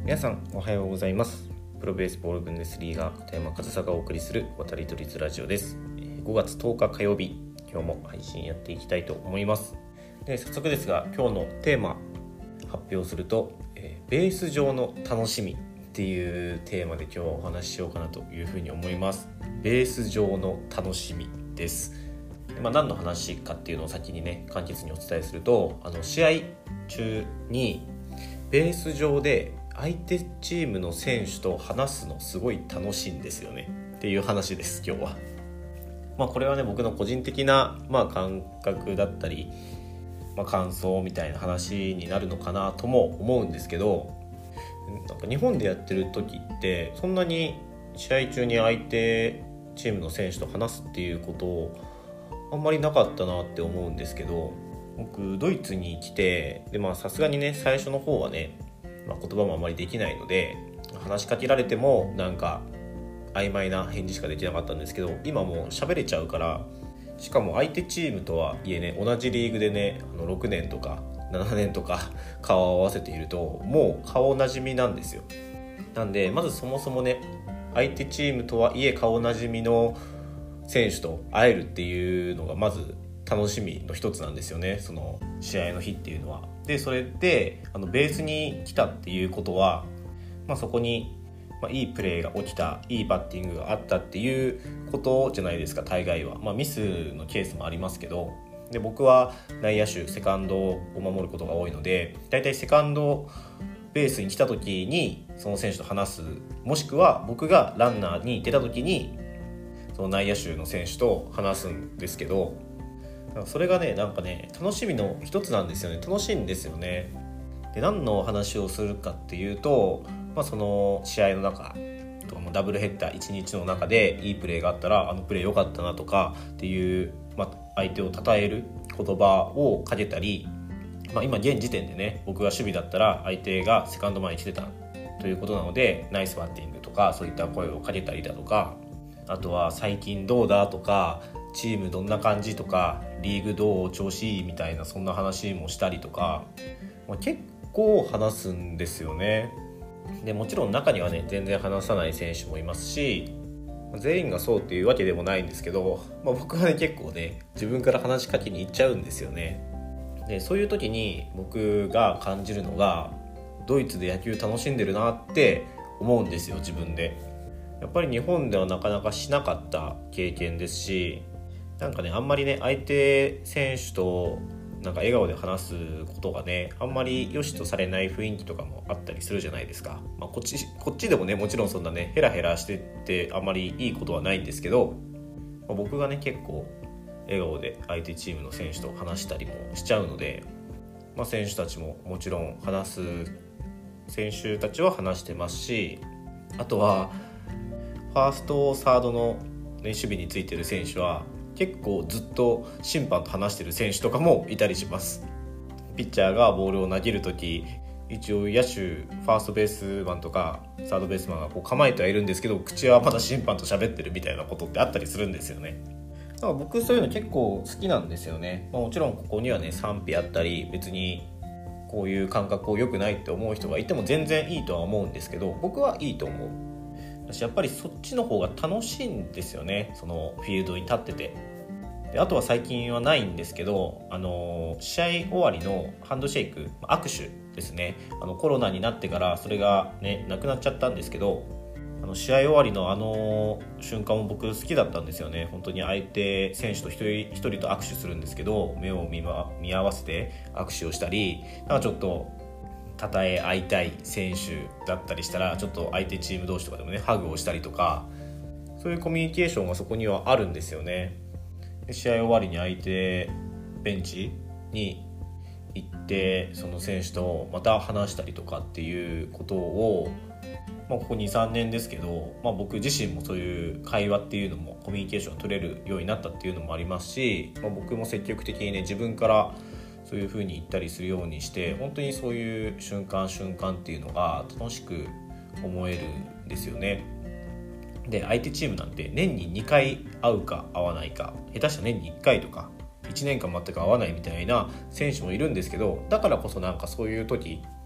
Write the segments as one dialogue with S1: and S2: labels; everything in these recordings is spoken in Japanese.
S1: 皆さんおはようございます。プロベースボールブンデスリーガ片山和沙がお送りする渡り鳥ラジオです。5月10日火曜日、今日も配信やっていきたいと思います。で、早速ですが今日のテーマ発表すると、ベース上の楽しみっていうテーマで今日はお話ししようかなというふうに思います。ベース上の楽しみです。何の話かっていうのを先にね簡潔にお伝えすると、試合中にベース上で相手チームの選手と話すのすごい楽しいんですよねっていう話です今日は。これはね僕の個人的な感覚だったり、感想みたいな話になるのかなとも思うんですけど、なんか日本でやってる時ってそんなに試合中に相手チームの選手と話すっていうことをあんまりなかったなって思うんですけど、僕ドイツに来てでさすがにね最初の方はね、言葉もあまりできないので話しかけられてもなんか曖昧な返事しかできなかったんですけど、今もう喋れちゃうから、しかも相手チームとはいえね同じリーグでね6年とか7年とか顔を合わせているともう顔なじみなんですよ。なんでまずそもそもね相手チームとはいえ顔なじみの選手と会えるっていうのがまず楽しみの一つなんですよね、その試合の日っていうのは。でそれでベースに来たっていうことは、そこに、いいプレーが起きた、いいバッティングがあったっていうことじゃないですか大概は。ミスのケースもありますけど、で僕は内野手セカンドを守ることが多いので、だいたいセカンドベースに来た時にその選手と話す、もしくは僕がランナーに出た時にその内野手の選手と話すんですけど、それがね楽しみの一つなんですよね。楽しいんですよね。で何の話をするかっていうと、その試合の中とかもダブルヘッダー1日の中でいいプレーがあったらプレー良かったなとかっていう、相手を称える言葉をかけたり、今現時点でね僕が守備だったら相手がセカンド前に来てたということなのでナイスバッティングとかそういった声をかけたりだとか、あとは最近どうだとかチームどんな感じとかリーグどう調子いいみたいなそんな話もしたりとか、結構話すんですよね。でもちろん中にはね全然話さない選手もいますし、全員がそうっていうわけでもないんですけど、僕はね結構ね自分から話しかけに行っちゃうんですよね。でそういう時に僕が感じるのがドイツで野球楽しんでるなって思うんですよ自分で。やっぱり日本ではなかなかしなかった経験ですし、あんまりね相手選手と笑顔で話すことがねあんまり良しとされない雰囲気とかもあったりするじゃないですか。こっちでもねもちろんそんなねヘラヘラしてってあんまりいいことはないんですけど、僕がね結構笑顔で相手チームの選手と話したりもしちゃうので、選手たちももちろん話す選手たちは話してますし、あとはファーストサードの、守備についてる選手は結構ずっと審判と話してる選手とかもいたりします。ピッチャーがボールを投げるとき一応野手ファーストベースマンとかサードベースマンが構えてはいるんですけど、口はまだ審判と喋ってるみたいなことってあったりするんですよね。だから僕そういうの結構好きなんですよね。もちろんここにはね賛否あったり、別にこういう感覚を良くないって思う人がいても全然いいとは思うんですけど、僕はいいと思う。私やっぱりそっちの方が楽しいんですよね、そのフィールドに立ってて。であとは最近はないんですけど、試合終わりのハンドシェイク、握手ですね。コロナになってからそれがねなくなっちゃったんですけど、試合終わりの瞬間も僕好きだったんですよね。本当に相手選手と一人一人と握手するんですけど、目を見合わせて握手をしたり、ちょっと称え合いたい選手だったりしたらちょっと相手チーム同士とかでもねハグをしたりとか、そういうコミュニケーションがそこにはあるんですよね。で試合終わりに相手ベンチに行ってその選手とまた話したりとかっていうことを、ここ 2,3 年ですけど、僕自身もそういう会話っていうのもコミュニケーションが取れるようになったっていうのもありますし、僕も積極的にね自分からそういう風に言ったりするようにして、本当にそういう瞬間っていうのが楽しく思えるんですよね。で相手チームなんて年に2回会うか会わないか、下手したら年に1回とか1年間全く会わないみたいな選手もいるんですけど、だからこそそういう時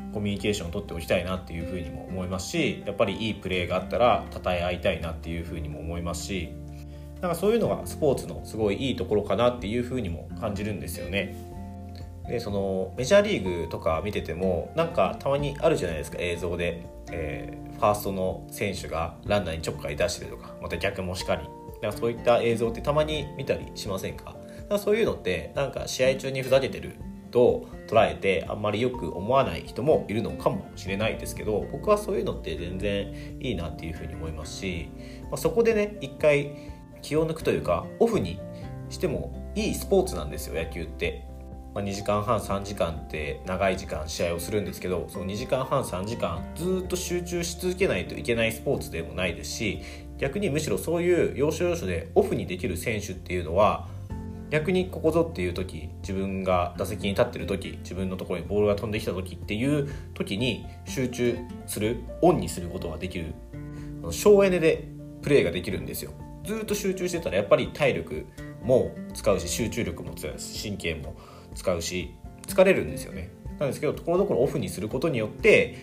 S1: コミュニケーションを取っておきたいなっていうふうにも思いますし、やっぱりいいプレーがあったら称え合いたいなっていうふうにも思いますし、なんかそういうのがスポーツのすごいいいところかなっていうふうにも感じるんですよね。でそのメジャーリーグとか見ててもなんかたまにあるじゃないですか、映像で、ファーストの選手がランナーにちょっかい出してるとか、また逆もしかり、なんかそういった映像ってたまに見たりしませんか？だからそういうのってなんか試合中にふざけてると捉えてあんまりよく思わない人もいるのかもしれないですけど、僕はそういうのって全然いいなっていうふうに思いますし、そこでね一回気を抜くというかオフにしてもいいスポーツなんですよ、野球って。2時間半3時間って長い時間試合をするんですけど、その2時間半3時間ずっと集中し続けないといけないスポーツでもないですし、逆にむしろそういう要所要所でオフにできる選手っていうのは逆にここぞっていう時、自分が打席に立ってる時、自分のところにボールが飛んできた時っていう時に集中する、オンにすることができる、省エネでプレーができるんですよ。ずっと集中してたらやっぱり体力も使うし集中力も使うし神経も使うし疲れるんですよね。なんですけどところどころオフにすることによって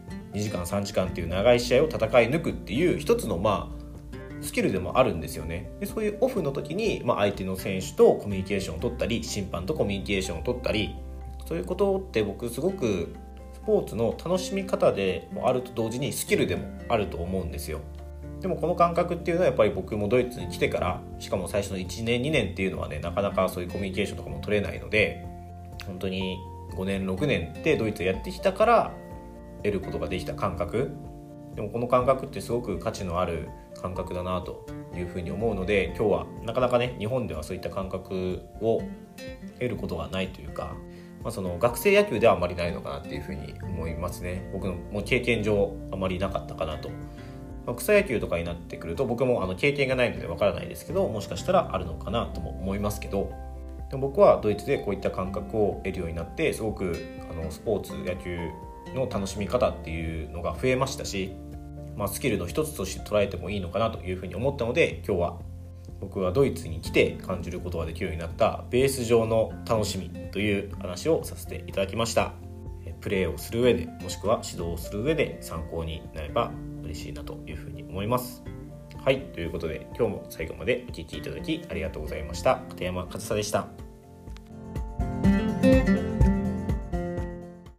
S1: 2時間3時間っていう長い試合を戦い抜くっていう一つのスキルでもあるんですよね。でそういうオフの時に、相手の選手とコミュニケーションを取ったり審判とコミュニケーションを取ったり、そういうことって僕すごくスポーツの楽しみ方でもあると同時にスキルでもあると思うんですよ。でもこの感覚っていうのはやっぱり僕もドイツに来てから、しかも最初の1年2年っていうのはねなかなかそういうコミュニケーションとかも取れないので、本当に5年6年ってドイツやってきたから得ることができた感覚、でもこの感覚ってすごく価値のある感覚だなというふうに思うので、今日はなかなかね日本ではそういった感覚を得ることがないというか、その学生野球ではあまりないのかなっていうふうに思いますね。僕のもう経験上あまりなかったかなと。草野球とかになってくると僕も経験がないのでわからないですけど、もしかしたらあるのかなとも思いますけど、でも僕はドイツでこういった感覚を得るようになってすごくスポーツ野球の楽しみ方っていうのが増えましたし、スキルの一つとして捉えてもいいのかなというふうに思ったので、今日は僕がドイツに来て感じることができるようになったベース上の楽しみという話をさせていただきました。プレーをする上でもしくは指導をする上で参考になれば嬉しいなというふうに思います。はい、ということで今日も最後までお聞きいただきありがとうございました。片山和沙でした。